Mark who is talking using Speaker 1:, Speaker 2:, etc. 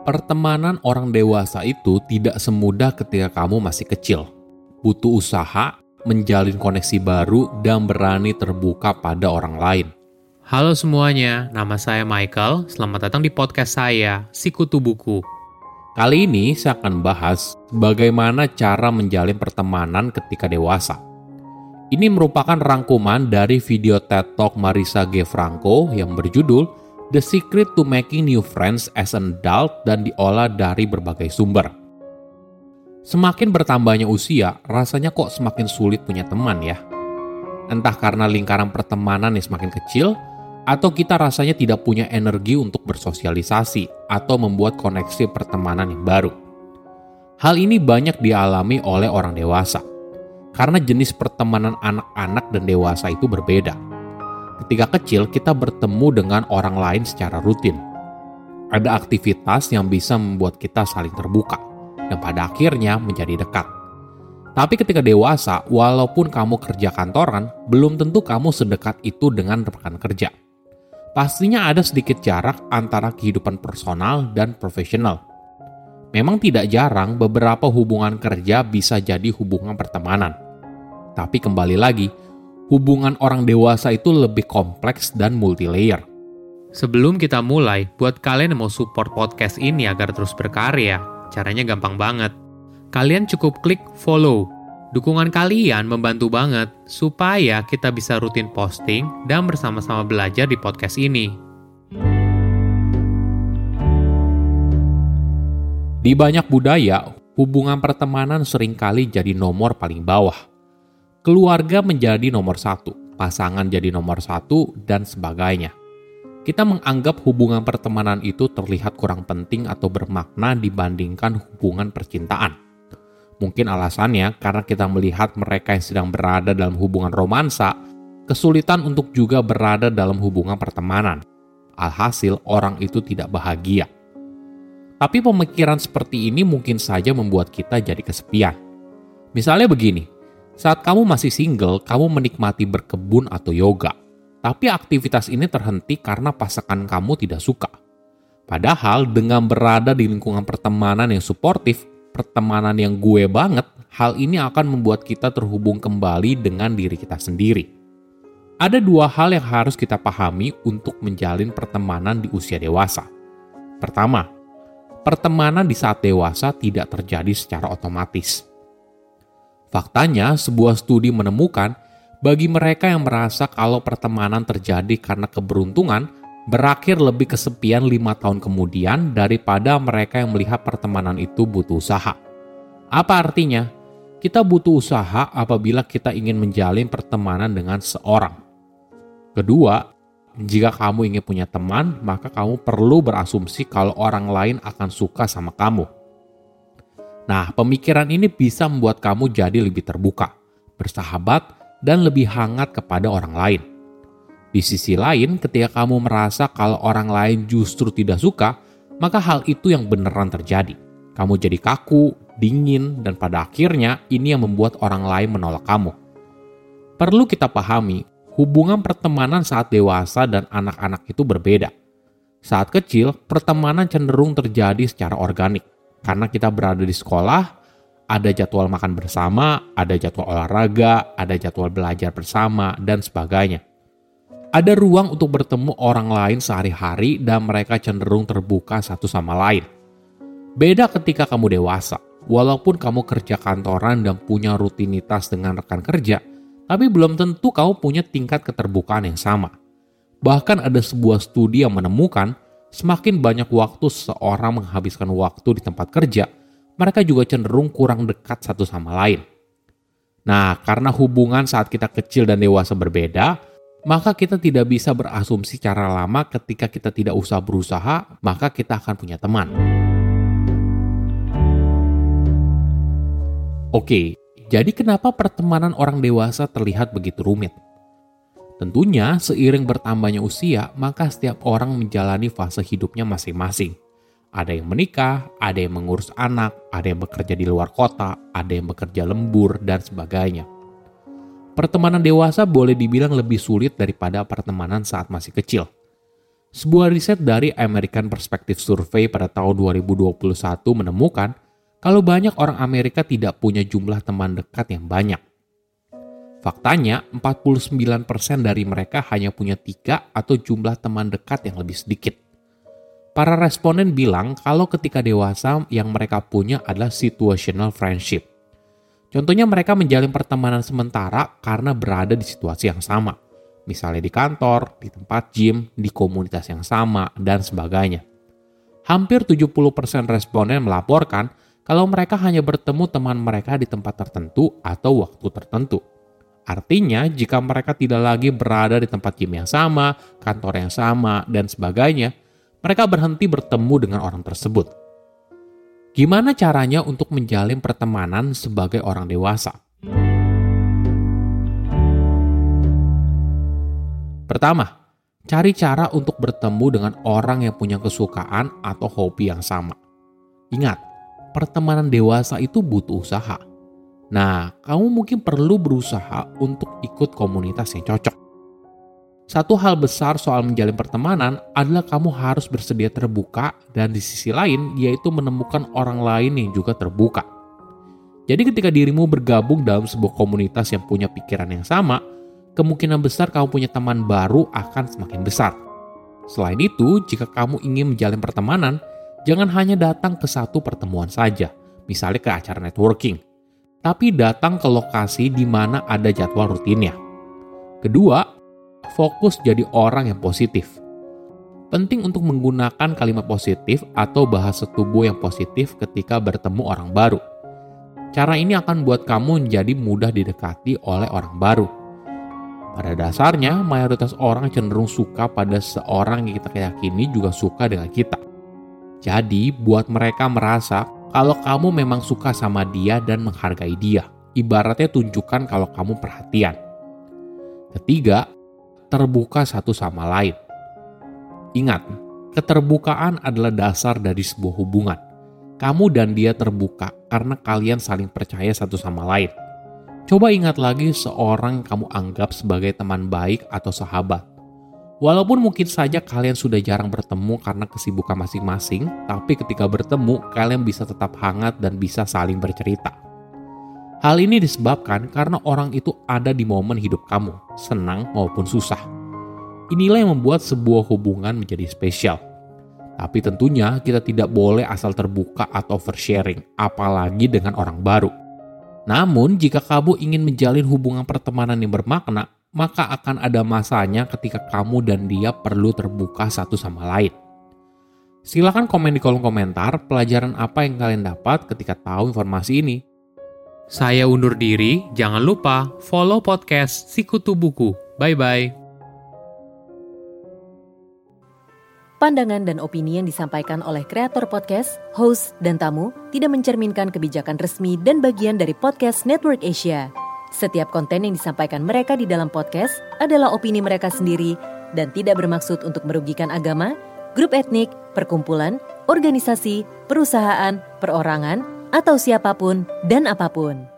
Speaker 1: Pertemanan orang dewasa itu tidak semudah ketika kamu masih kecil. Butuh usaha, menjalin koneksi baru, dan berani terbuka pada orang lain.
Speaker 2: Halo semuanya, nama saya Michael. Selamat datang di podcast saya, Sikutu Buku.
Speaker 1: Kali ini saya akan bahas bagaimana cara menjalin pertemanan ketika dewasa. Ini merupakan rangkuman dari video TED Talk Marisa G. Franco yang berjudul The Secret to Making New Friends as an Adult dan diolah dari berbagai sumber. Semakin bertambahnya usia, rasanya kok semakin sulit punya teman ya. Entah karena lingkaran pertemanan yang semakin kecil, atau kita rasanya tidak punya energi untuk bersosialisasi atau membuat koneksi pertemanan yang baru. Hal ini banyak dialami oleh orang dewasa, karena jenis pertemanan anak-anak dan dewasa itu berbeda. Ketika kecil, kita bertemu dengan orang lain secara rutin. Ada aktivitas yang bisa membuat kita saling terbuka, yang pada akhirnya menjadi dekat. Tapi ketika dewasa, walaupun kamu kerja kantoran, belum tentu kamu sedekat itu dengan rekan kerja. Pastinya ada sedikit jarak antara kehidupan personal dan profesional. Memang tidak jarang beberapa hubungan kerja bisa jadi hubungan pertemanan. Tapi kembali lagi, hubungan orang dewasa itu lebih kompleks dan multi-layer.
Speaker 2: Sebelum kita mulai, buat kalian yang mau support podcast ini agar terus berkarya, caranya gampang banget. Kalian cukup klik follow. Dukungan kalian membantu banget supaya kita bisa rutin posting dan bersama-sama belajar di podcast ini.
Speaker 1: Di banyak budaya, hubungan pertemanan seringkali jadi nomor paling bawah. Keluarga menjadi nomor satu, pasangan jadi nomor satu, dan sebagainya. Kita menganggap hubungan pertemanan itu terlihat kurang penting atau bermakna dibandingkan hubungan percintaan. Mungkin alasannya karena kita melihat mereka yang sedang berada dalam hubungan romansa, kesulitan untuk juga berada dalam hubungan pertemanan. Alhasil orang itu tidak bahagia. Tapi pemikiran seperti ini mungkin saja membuat kita jadi kesepian. Misalnya begini, saat kamu masih single, kamu menikmati berkebun atau yoga. Tapi aktivitas ini terhenti karena pasangan kamu tidak suka. Padahal dengan berada di lingkungan pertemanan yang suportif, pertemanan yang gue banget, hal ini akan membuat kita terhubung kembali dengan diri kita sendiri. Ada dua hal yang harus kita pahami untuk menjalin pertemanan di usia dewasa. Pertama, pertemanan di saat dewasa tidak terjadi secara otomatis. Faktanya, sebuah studi menemukan bagi mereka yang merasa kalau pertemanan terjadi karena keberuntungan, berakhir lebih kesepian 5 tahun kemudian daripada mereka yang melihat pertemanan itu butuh usaha. Apa artinya? Kita butuh usaha apabila kita ingin menjalin pertemanan dengan seorang. Kedua, jika kamu ingin punya teman, maka kamu perlu berasumsi kalau orang lain akan suka sama kamu. Nah, pemikiran ini bisa membuat kamu jadi lebih terbuka, bersahabat, dan lebih hangat kepada orang lain. Di sisi lain, ketika kamu merasa kalau orang lain justru tidak suka, maka hal itu yang beneran terjadi. Kamu jadi kaku, dingin, dan pada akhirnya ini yang membuat orang lain menolak kamu. Perlu kita pahami, hubungan pertemanan saat dewasa dan anak-anak itu berbeda. Saat kecil, pertemanan cenderung terjadi secara organik. Karena kita berada di sekolah, ada jadwal makan bersama, ada jadwal olahraga, ada jadwal belajar bersama, dan sebagainya. Ada ruang untuk bertemu orang lain sehari-hari dan mereka cenderung terbuka satu sama lain. Beda ketika kamu dewasa, walaupun kamu kerja kantoran dan punya rutinitas dengan rekan kerja, tapi belum tentu kamu punya tingkat keterbukaan yang sama. Bahkan ada sebuah studi yang menemukan semakin banyak waktu seseorang menghabiskan waktu di tempat kerja, mereka juga cenderung kurang dekat satu sama lain. Nah, karena hubungan saat kita kecil dan dewasa berbeda, maka kita tidak bisa berasumsi secara lama ketika kita tidak usah berusaha, maka kita akan punya teman. Oke, jadi kenapa pertemanan orang dewasa terlihat begitu rumit? Tentunya, seiring bertambahnya usia, maka setiap orang menjalani fase hidupnya masing-masing. Ada yang menikah, ada yang mengurus anak, ada yang bekerja di luar kota, ada yang bekerja lembur, dan sebagainya. Pertemanan dewasa boleh dibilang lebih sulit daripada pertemanan saat masih kecil. Sebuah riset dari American Perspective Survey pada tahun 2021 menemukan kalau banyak orang Amerika tidak punya jumlah teman dekat yang banyak. Faktanya, 49% dari mereka hanya punya 3 atau jumlah teman dekat yang lebih sedikit. Para responden bilang kalau ketika dewasa yang mereka punya adalah situational friendship. Contohnya mereka menjalin pertemanan sementara karena berada di situasi yang sama. Misalnya di kantor, di tempat gym, di komunitas yang sama, dan sebagainya. Hampir 70% responden melaporkan kalau mereka hanya bertemu teman mereka di tempat tertentu atau waktu tertentu. Artinya, jika mereka tidak lagi berada di tempat gym yang sama, kantor yang sama, dan sebagainya, mereka berhenti bertemu dengan orang tersebut. Gimana caranya untuk menjalin pertemanan sebagai orang dewasa? Pertama, cari cara untuk bertemu dengan orang yang punya kesukaan atau hobi yang sama. Ingat, pertemanan dewasa itu butuh usaha. Nah, kamu mungkin perlu berusaha untuk ikut komunitas yang cocok. Satu hal besar soal menjalin pertemanan adalah kamu harus bersedia terbuka dan di sisi lain yaitu menemukan orang lain yang juga terbuka. Jadi ketika dirimu bergabung dalam sebuah komunitas yang punya pikiran yang sama, kemungkinan besar kamu punya teman baru akan semakin besar. Selain itu, jika kamu ingin menjalin pertemanan, jangan hanya datang ke satu pertemuan saja, misalnya ke acara networking, tapi datang ke lokasi di mana ada jadwal rutinnya. Kedua, fokus jadi orang yang positif. Penting untuk menggunakan kalimat positif atau bahasa tubuh yang positif ketika bertemu orang baru. Cara ini akan buat kamu menjadi mudah didekati oleh orang baru. Pada dasarnya, mayoritas orang cenderung suka pada seorang yang kita yakini juga suka dengan kita. Jadi, buat mereka merasa kalau kamu memang suka sama dia dan menghargai dia. Ibaratnya tunjukkan kalau kamu perhatian. Ketiga, terbuka satu sama lain. Ingat, keterbukaan adalah dasar dari sebuah hubungan. Kamu dan dia terbuka karena kalian saling percaya satu sama lain. Coba ingat lagi seorang yang kamu anggap sebagai teman baik atau sahabat. Walaupun mungkin saja kalian sudah jarang bertemu karena kesibukan masing-masing, tapi ketika bertemu, kalian bisa tetap hangat dan bisa saling bercerita. Hal ini disebabkan karena orang itu ada di momen hidup kamu, senang maupun susah. Inilah yang membuat sebuah hubungan menjadi spesial. Tapi tentunya kita tidak boleh asal terbuka atau oversharing, apalagi dengan orang baru. Namun, jika kamu ingin menjalin hubungan pertemanan yang bermakna, maka akan ada masanya ketika kamu dan dia perlu terbuka satu sama lain. Silakan komen di kolom komentar pelajaran apa yang kalian dapat ketika tahu informasi ini.
Speaker 2: Saya undur diri, jangan lupa follow podcast Sikutu Buku. Bye-bye.
Speaker 3: Pandangan dan opini yang disampaikan oleh kreator podcast, host, dan tamu tidak mencerminkan kebijakan resmi dan bagian dari podcast Network Asia. Setiap konten yang disampaikan mereka di dalam podcast adalah opini mereka sendiri dan tidak bermaksud untuk merugikan agama, grup etnik, perkumpulan, organisasi, perusahaan, perorangan, atau siapapun dan apapun.